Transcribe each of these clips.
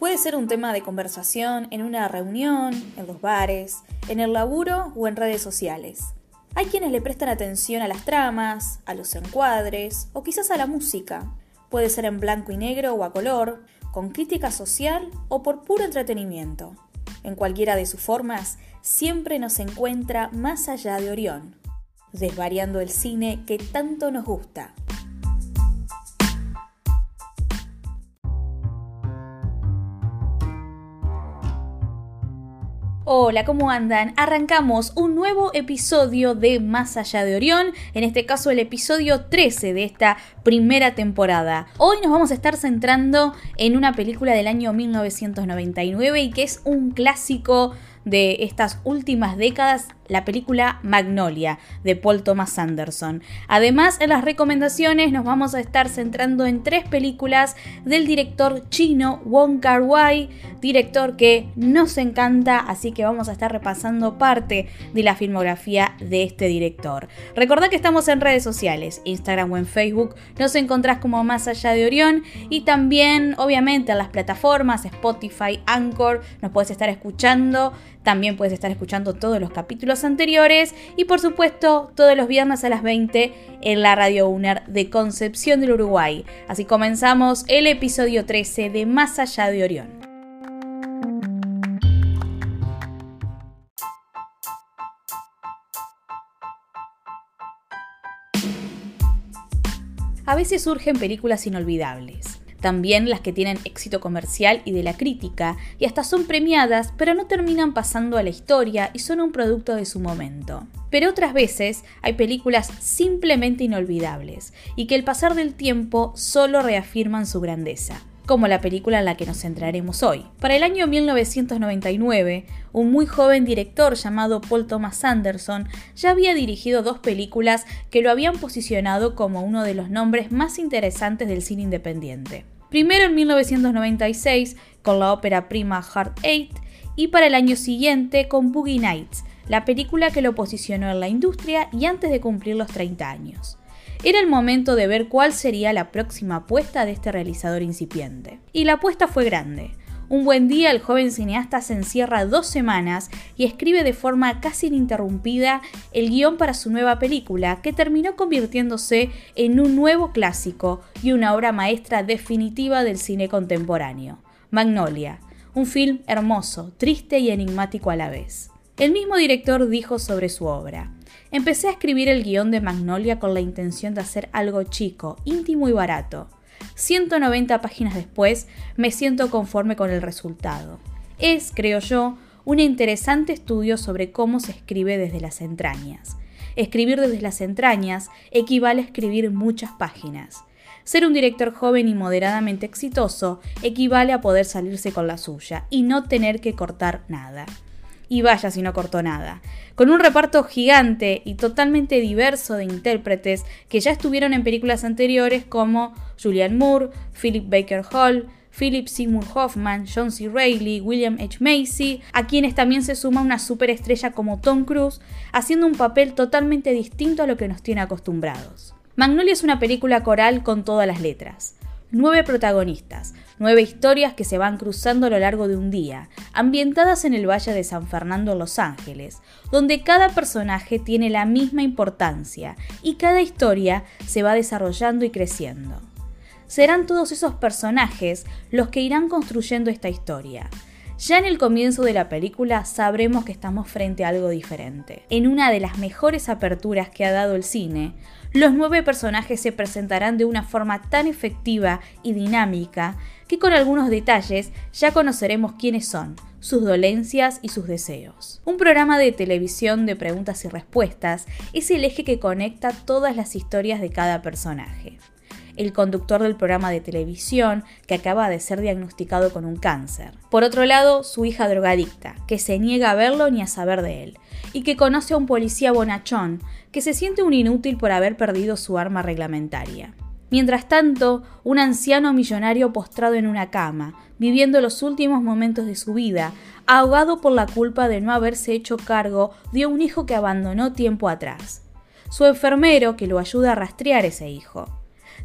Puede ser un tema de conversación en una reunión, en los bares, en el laburo o en redes sociales. Hay quienes le prestan atención a las tramas, a los encuadres o quizás a la música. Puede ser en blanco y negro o a color, con crítica social o por puro entretenimiento. En cualquiera de sus formas, siempre nos encuentra Más allá de Orión, desvariando el cine que tanto nos gusta. Hola, ¿cómo andan? Arrancamos un nuevo episodio de Más allá de Orión, en este caso el episodio 13 de esta primera temporada. Hoy nos vamos a estar centrando en una película del año 1999 y que es un clásico de estas últimas décadas, la película Magnolia, de Paul Thomas Anderson. Además, en las recomendaciones nos vamos a estar centrando en 3 películas del director chino Wong Kar-wai, director que nos encanta, así que vamos a estar repasando parte de la filmografía de este director. Recordá que estamos en redes sociales, Instagram o en Facebook, nos encontrás como Más allá de Orión y también, obviamente, en las plataformas Spotify, Anchor, nos podés estar escuchando. También puedes estar escuchando todos los capítulos anteriores y por supuesto todos los viernes a las 20 en la Radio UNER de Concepción del Uruguay. Así comenzamos el episodio 13 de Más allá de Orión. A veces surgen películas inolvidables. También las que tienen éxito comercial y de la crítica, y hasta son premiadas, pero no terminan pasando a la historia y son un producto de su momento. Pero otras veces hay películas simplemente inolvidables, y que al pasar del tiempo solo reafirman su grandeza, como la película en la que nos centraremos hoy. Para el año 1999, un muy joven director llamado Paul Thomas Anderson ya había dirigido 2 películas que lo habían posicionado como uno de los nombres más interesantes del cine independiente. Primero en 1996 con la ópera prima Hard Eight y para el año siguiente con Boogie Nights, la película que lo posicionó en la industria y antes de cumplir los 30 años. Era el momento de ver cuál sería la próxima apuesta de este realizador incipiente. Y la apuesta fue grande. Un buen día el joven cineasta se encierra 2 semanas y escribe de forma casi ininterrumpida el guión para su nueva película, que terminó convirtiéndose en un nuevo clásico y una obra maestra definitiva del cine contemporáneo. Magnolia, un film hermoso, triste y enigmático a la vez. El mismo director dijo sobre su obra: empecé a escribir el guión de Magnolia con la intención de hacer algo chico, íntimo y barato. 190 páginas después, me siento conforme con el resultado. Es, creo yo, un interesante estudio sobre cómo se escribe desde las entrañas. Escribir desde las entrañas equivale a escribir muchas páginas. Ser un director joven y moderadamente exitoso equivale a poder salirse con la suya y no tener que cortar nada. Y vaya si no cortó nada. Con un reparto gigante y totalmente diverso de intérpretes que ya estuvieron en películas anteriores como Julianne Moore, Philip Baker Hall, Philip Seymour Hoffman, John C. Reilly, William H. Macy, a quienes también se suma una superestrella como Tom Cruise, haciendo un papel totalmente distinto a lo que nos tiene acostumbrados. Magnolia es una película coral con todas las letras. 9 protagonistas, 9 historias que se van cruzando a lo largo de un día, ambientadas en el Valle de San Fernando en Los Ángeles, donde cada personaje tiene la misma importancia y cada historia se va desarrollando y creciendo. Serán todos esos personajes los que irán construyendo esta historia. Ya en el comienzo de la película sabremos que estamos frente a algo diferente. En una de las mejores aperturas que ha dado el cine, los 9 personajes se presentarán de una forma tan efectiva y dinámica que con algunos detalles ya conoceremos quiénes son, sus dolencias y sus deseos. Un programa de televisión de preguntas y respuestas es el eje que conecta todas las historias de cada personaje. El conductor del programa de televisión, que acaba de ser diagnosticado con un cáncer. Por otro lado, su hija drogadicta, que se niega a verlo ni a saber de él, y que conoce a un policía bonachón, que se siente un inútil por haber perdido su arma reglamentaria. Mientras tanto, un anciano millonario postrado en una cama, viviendo los últimos momentos de su vida, ahogado por la culpa de no haberse hecho cargo de un hijo que abandonó tiempo atrás. Su enfermero, que lo ayuda a rastrear ese hijo.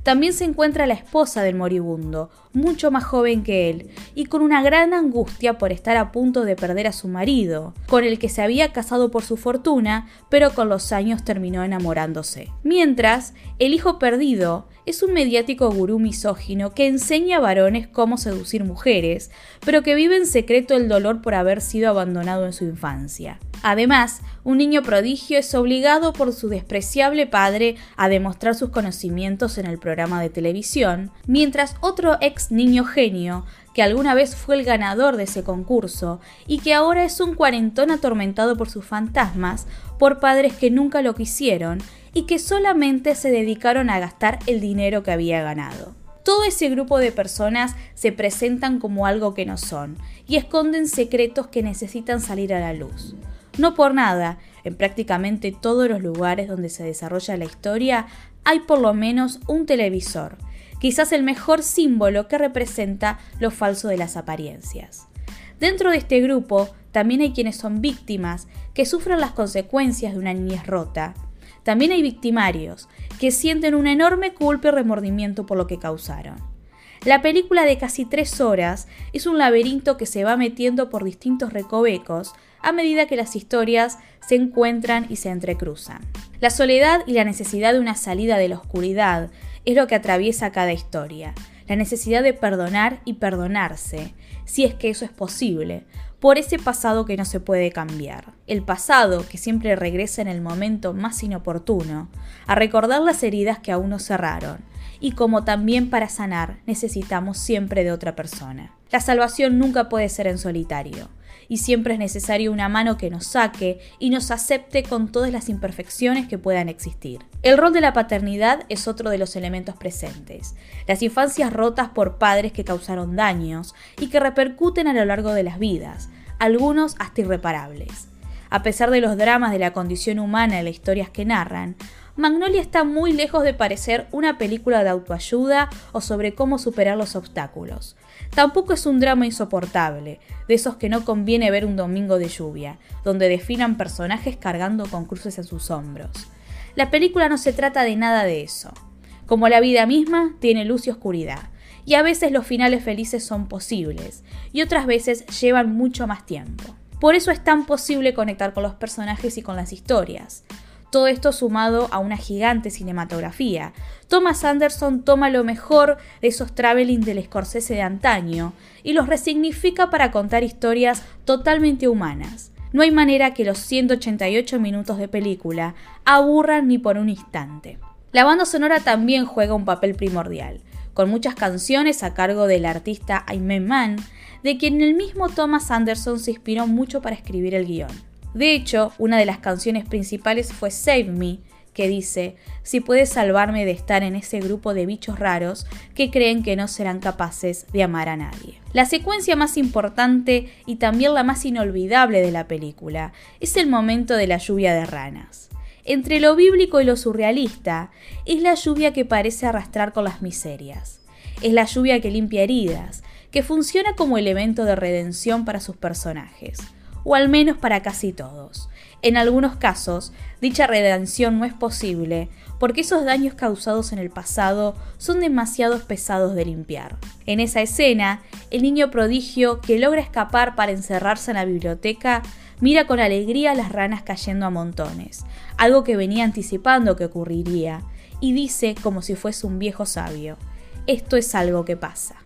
También se encuentra la esposa del moribundo, mucho más joven que él, y con una gran angustia por estar a punto de perder a su marido, con el que se había casado por su fortuna, pero con los años terminó enamorándose. Mientras, el hijo perdido es un mediático gurú misógino que enseña a varones cómo seducir mujeres, pero que vive en secreto el dolor por haber sido abandonado en su infancia. Además, un niño prodigio es obligado por su despreciable padre a demostrar sus conocimientos en el programa de televisión, mientras otro ex niño genio, que alguna vez fue el ganador de ese concurso y que ahora es un cuarentón atormentado por sus fantasmas, por padres que nunca lo quisieron y que solamente se dedicaron a gastar el dinero que había ganado. Todo ese grupo de personas se presentan como algo que no son y esconden secretos que necesitan salir a la luz. No por nada, en prácticamente todos los lugares donde se desarrolla la historia hay por lo menos un televisor, quizás el mejor símbolo que representa lo falso de las apariencias. Dentro de este grupo también hay quienes son víctimas, que sufren las consecuencias de una niñez rota. También hay victimarios, que sienten una enorme culpa y remordimiento por lo que causaron. La película de casi 3 horas es un laberinto que se va metiendo por distintos recovecos a medida que las historias se encuentran y se entrecruzan. La soledad y la necesidad de una salida de la oscuridad es lo que atraviesa cada historia. La necesidad de perdonar y perdonarse, si es que eso es posible, por ese pasado que no se puede cambiar. El pasado que siempre regresa en el momento más inoportuno, a recordar las heridas que aún no cerraron. Y como también para sanar necesitamos siempre de otra persona. La salvación nunca puede ser en solitario, y siempre es necesario una mano que nos saque y nos acepte con todas las imperfecciones que puedan existir. El rol de la paternidad es otro de los elementos presentes. Las infancias rotas por padres que causaron daños y que repercuten a lo largo de las vidas, algunos hasta irreparables. A pesar de los dramas de la condición humana en las historias que narran, Magnolia está muy lejos de parecer una película de autoayuda o sobre cómo superar los obstáculos. Tampoco es un drama insoportable, de esos que no conviene ver un domingo de lluvia, donde desfilan personajes cargando con cruces en sus hombros. La película no se trata de nada de eso. Como la vida misma, tiene luz y oscuridad, y a veces los finales felices son posibles, y otras veces llevan mucho más tiempo. Por eso es tan posible conectar con los personajes y con las historias. Todo esto sumado a una gigante cinematografía. Thomas Anderson toma lo mejor de esos traveling del Scorsese de antaño y los resignifica para contar historias totalmente humanas. No hay manera que los 188 minutos de película aburran ni por un instante. La banda sonora también juega un papel primordial, con muchas canciones a cargo del artista Aimee Mann, de quien el mismo Thomas Anderson se inspiró mucho para escribir el guión. De hecho, una de las canciones principales fue Save Me, que dice: si puedes salvarme de estar en ese grupo de bichos raros que creen que no serán capaces de amar a nadie. La secuencia más importante y también la más inolvidable de la película es el momento de la lluvia de ranas. Entre lo bíblico y lo surrealista, es la lluvia que parece arrastrar con las miserias. Es la lluvia que limpia heridas, que funciona como elemento de redención para sus personajes, o al menos para casi todos. En algunos casos, dicha redención no es posible porque esos daños causados en el pasado son demasiado pesados de limpiar. En esa escena, el niño prodigio que logra escapar para encerrarse en la biblioteca mira con alegría a las ranas cayendo a montones, algo que venía anticipando que ocurriría, y dice como si fuese un viejo sabio: esto es algo que pasa.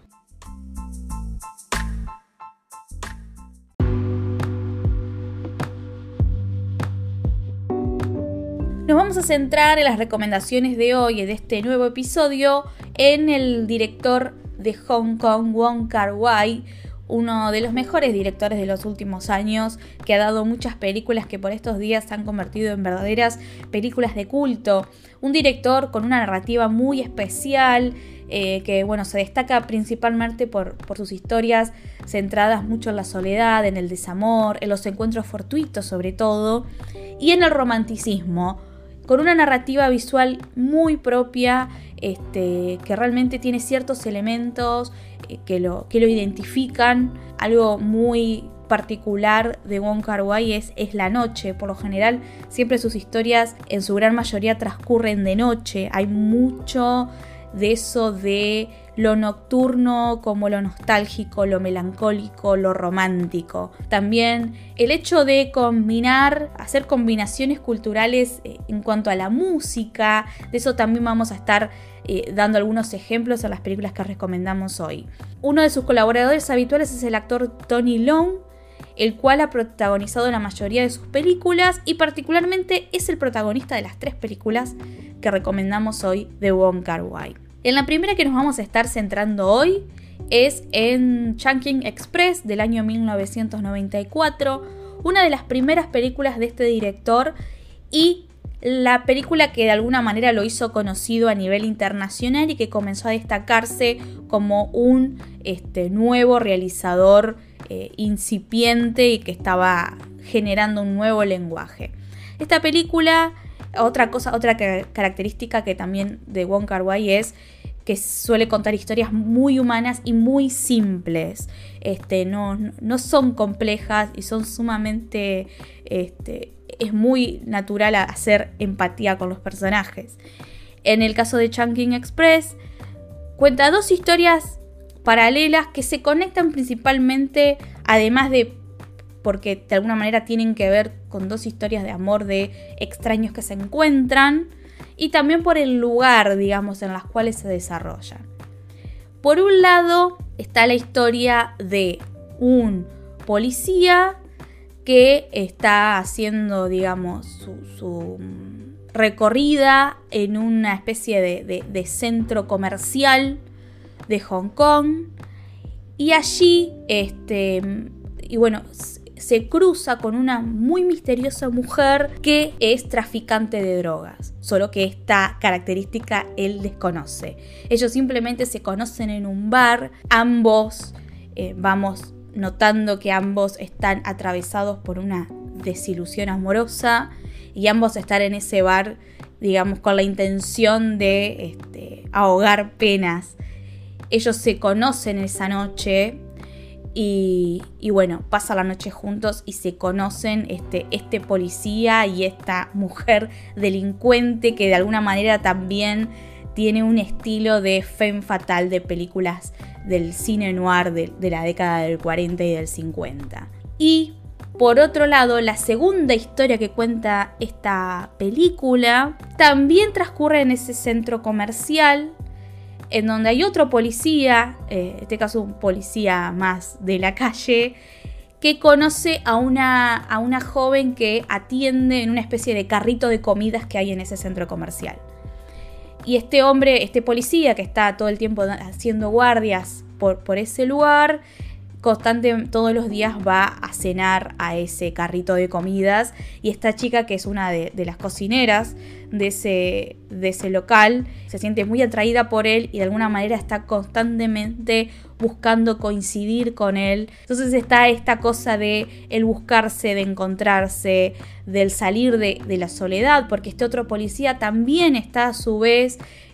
Nos vamos a centrar en las recomendaciones de hoy, de este nuevo episodio, en el director de Hong Kong, Wong Kar-wai, uno de los mejores directores de los últimos años, que ha dado muchas películas que por estos días se han convertido en verdaderas películas de culto. Un director con una narrativa muy especial, que se destaca principalmente por sus historias centradas mucho en la soledad, en el desamor, en los encuentros fortuitos sobre todo, y en el romanticismo, con una narrativa visual muy propia, que realmente tiene ciertos elementos que lo identifican. Algo muy particular de Wong Kar-wai es la noche. Por lo general, siempre sus historias en su gran mayoría transcurren de noche. Hay mucho de eso de lo nocturno como lo nostálgico, lo melancólico, lo romántico. También el hecho de hacer combinaciones culturales en cuanto a la música, de eso también vamos a estar dando algunos ejemplos en las películas que recomendamos hoy. Uno de sus colaboradores habituales es el actor Tony Leung, el cual ha protagonizado la mayoría de sus películas y particularmente es el protagonista de las 3 películas que recomendamos hoy de Wong Kar-wai. En la primera que nos vamos a estar centrando hoy es en Chungking Express del año 1994, una de las primeras películas de este director y la película que de alguna manera lo hizo conocido a nivel internacional y que comenzó a destacarse como un nuevo realizador incipiente y que estaba generando un nuevo lenguaje. Esta película, otra característica que también de Wong Kar-wai es que suele contar historias muy humanas y muy simples. No son complejas y son sumamente... es muy natural hacer empatía con los personajes. En el caso de Chungking Express, cuenta 2 historias paralelas que se conectan principalmente, además de porque de alguna manera tienen que ver con 2 historias de amor de extraños que se encuentran y también por el lugar, digamos, en las cuales se desarrollan. Por un lado está la historia de un policía que está haciendo, digamos, su recorrida en una especie de centro comercial de Hong Kong y allí se cruza con una muy misteriosa mujer que es traficante de drogas, solo que esta característica él desconoce. Ellos simplemente se conocen en un bar, ambos vamos notando que ambos están atravesados por una desilusión amorosa y ambos están en ese bar, digamos, con la intención de ahogar penas. Ellos se conocen esa noche y bueno, pasan la noche juntos y se conocen este policía y esta mujer delincuente que de alguna manera también tiene un estilo de femme fatale de películas del cine noir de la década del 40 y del 50. Y por otro lado, la segunda historia que cuenta esta película también transcurre en ese centro comercial, en donde hay otro policía, en este caso un policía más de la calle, que conoce a una joven que atiende en una especie de carrito de comidas que hay en ese centro comercial. Y este hombre, este policía que está todo el tiempo haciendo guardias por ese lugar, todos los días va a cenar a ese carrito de comidas. Y esta chica, que es una de las cocineras de ese local, se siente muy atraída por él y de alguna manera está constantemente buscando coincidir con él. Entonces está esta cosa de el buscarse, de encontrarse, del salir de la soledad, porque este otro policía también está a su vez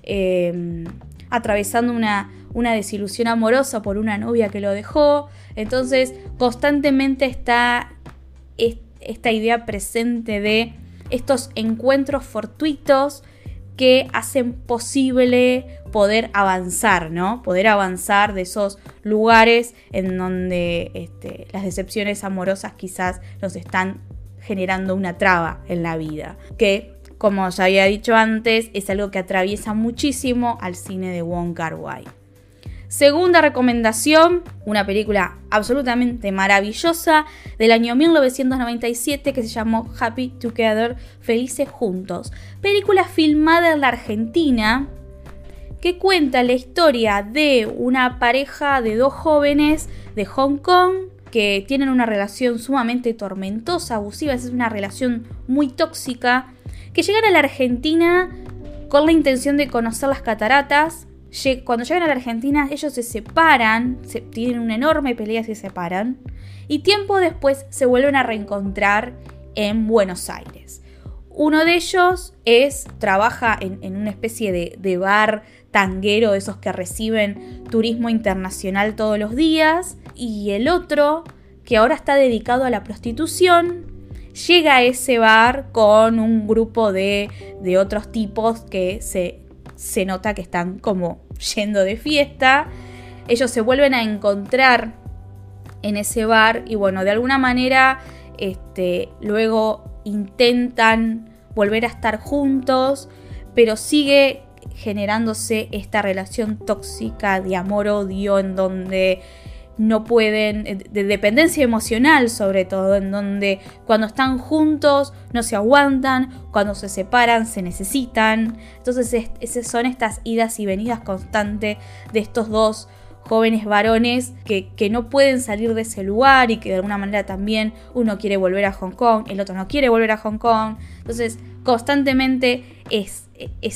atravesando una desilusión amorosa por una novia que lo dejó. Entonces constantemente está esta idea presente de estos encuentros fortuitos que hacen posible poder avanzar, ¿no? Poder avanzar de esos lugares en donde las decepciones amorosas quizás nos están generando una traba en la vida. Que, como ya había dicho antes, es algo que atraviesa muchísimo al cine de Wong Kar-wai. Segunda recomendación, una película absolutamente maravillosa del año 1997 que se llamó Happy Together, Felices Juntos. Película filmada en la Argentina que cuenta la historia de una pareja de 2 jóvenes de Hong Kong que tienen una relación sumamente tormentosa, abusiva, es una relación muy tóxica, que llegan a la Argentina con la intención de conocer las cataratas. Cuando llegan a la Argentina, ellos se separan, tienen una enorme pelea y se separan, y tiempo después se vuelven a reencontrar en Buenos Aires. Uno de ellos trabaja en una especie de bar tanguero, de esos que reciben turismo internacional todos los días, y el otro, que ahora está dedicado a la prostitución, llega a ese bar con un grupo de otros tipos que se se nota que están como yendo de fiesta. Ellos se vuelven a encontrar en ese bar y bueno, de alguna manera luego intentan volver a estar juntos, pero sigue generándose esta relación tóxica de amor-odio en donde no pueden, de dependencia emocional sobre todo, en donde cuando están juntos no se aguantan, cuando se separan se necesitan. Entonces son estas idas y venidas constantes de estos dos jóvenes varones que no pueden salir de ese lugar y que de alguna manera también uno quiere volver a Hong Kong, el otro no quiere volver a Hong Kong. Entonces constantemente es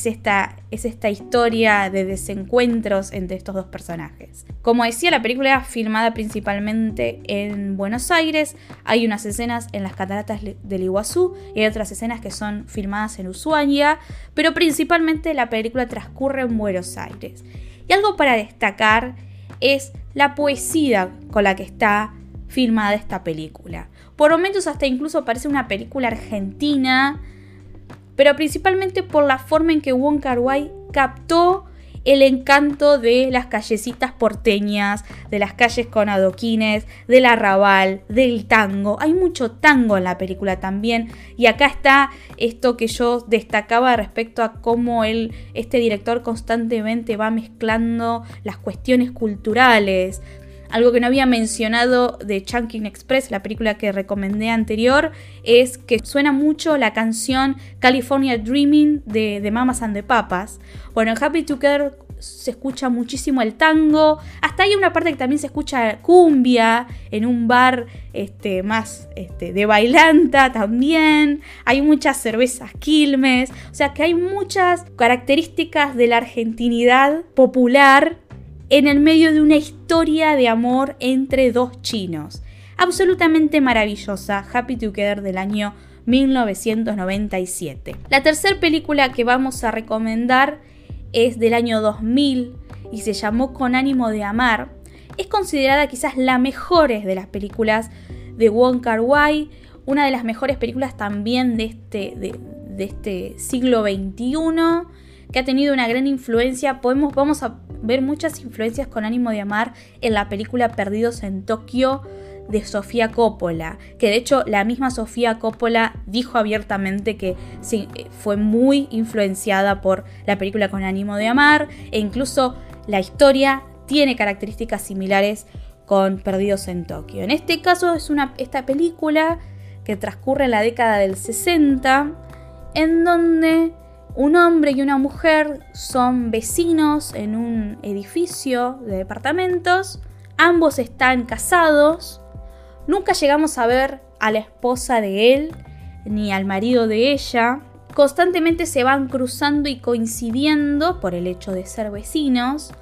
esta historia de desencuentros entre estos dos personajes. Como decía, la película es filmada principalmente en Buenos Aires. Hay unas escenas en las cataratas del Iguazú y hay otras escenas que son filmadas en Ushuaia, pero principalmente la película transcurre en Buenos Aires. Y algo para destacar es la poesía con la que está filmada esta película. Por momentos hasta incluso parece una película argentina, pero principalmente por la forma en que Wong Kar-wai captó el encanto de las callecitas porteñas, de las calles con adoquines, del arrabal, del tango. Hay mucho tango en la película también, y acá está esto que yo destacaba respecto a cómo este director constantemente va mezclando las cuestiones culturales. Algo que no había mencionado de Chungking Express, la película que recomendé anterior, es que suena mucho la canción California Dreaming de Mamas and the Papas. Bueno, en Happy Together se escucha muchísimo el tango. Hasta hay una parte que también se escucha cumbia en un bar más de bailanta también. Hay muchas cervezas Quilmes. O sea que hay muchas características de la argentinidad popular en el medio de una historia de amor entre dos chinos. Absolutamente maravillosa, Happy Together del año 1997. La tercera película que vamos a recomendar es del año 2000 y se llamó Con ánimo de amar. Es considerada quizás la mejor de las películas de Wong Kar-wai, una de las mejores películas también de este siglo XXI, que ha tenido una gran influencia. Vamos a ver muchas influencias Con ánimo de amar en la película Perdidos en Tokio de Sofía Coppola, que de hecho la misma Sofía Coppola dijo abiertamente que sí, fue muy influenciada por la película Con ánimo de amar, e incluso la historia tiene características similares con Perdidos en Tokio. En este caso es esta película que transcurre en la década del 60, en donde un hombre y una mujer son vecinos en un edificio de departamentos. Ambos están casados. Nunca llegamos a ver a la esposa de él ni al marido de ella. Constantemente se van cruzando y coincidiendo por el hecho de ser vecinos.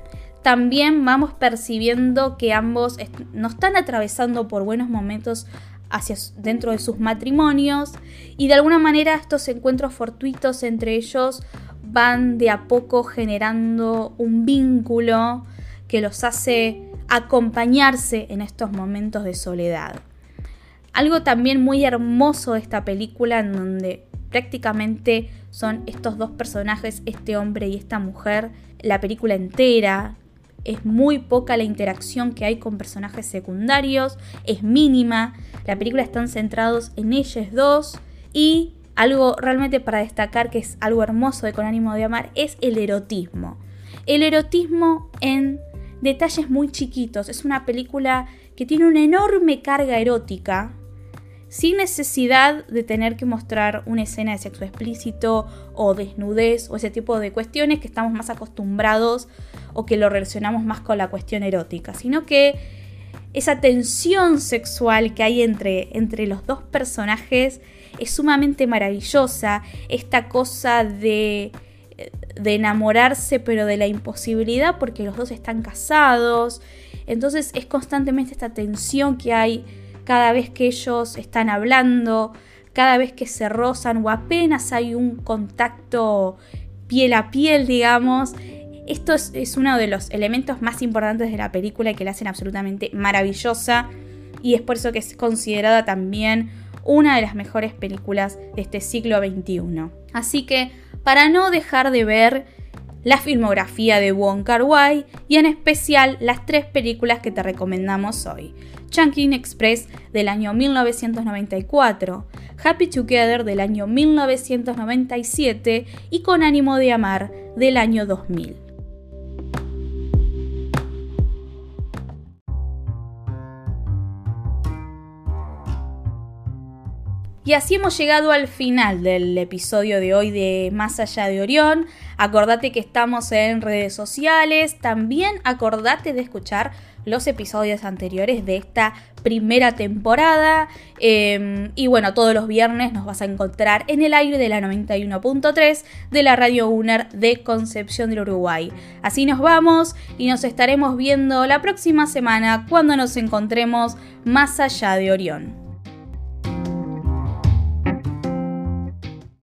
También vamos percibiendo que ambos no están atravesando por buenos momentos dentro de sus matrimonios, y de alguna manera estos encuentros fortuitos entre ellos van de a poco generando un vínculo que los hace acompañarse en estos momentos de soledad. Algo también muy hermoso de esta película, en donde prácticamente son estos dos personajes, este hombre y esta mujer, la película entera. Es muy poca la interacción que hay con personajes secundarios, es mínima. La película están centrados en ellos dos, y algo realmente para destacar, que es algo hermoso de Con ánimo de amar, es el erotismo. El erotismo en detalles muy chiquitos. Es una película que tiene una enorme carga erótica, sin necesidad de tener que mostrar una escena de sexo explícito o desnudez o ese tipo de cuestiones que estamos más acostumbrados o que lo relacionamos más con la cuestión erótica, sino que esa tensión sexual que hay entre los dos personajes es sumamente maravillosa. Esta cosa de enamorarse, pero de la imposibilidad porque los dos están casados. Entonces es constantemente esta tensión que hay cada vez que ellos están hablando, cada vez que se rozan o apenas hay un contacto piel a piel, digamos. Esto es uno de los elementos más importantes de la película y que la hacen absolutamente maravillosa, y es por eso que es considerada también una de las mejores películas de este siglo XXI. Así que, para no dejar de ver la filmografía de Wong Kar-wai y en especial las 3 películas que te recomendamos hoy. Chungking Express del año 1994, Happy Together del año 1997 y Con ánimo de amar del año 2000. Y así hemos llegado al final del episodio de hoy de Más allá de Orión. Acordate que estamos en redes sociales. También acordate de escuchar los episodios anteriores de esta primera temporada. Y bueno, todos los viernes nos vas a encontrar en el aire de la 91.3 de la Radio UNER de Concepción del Uruguay. Así nos vamos y nos estaremos viendo la próxima semana cuando nos encontremos Más allá de Orión.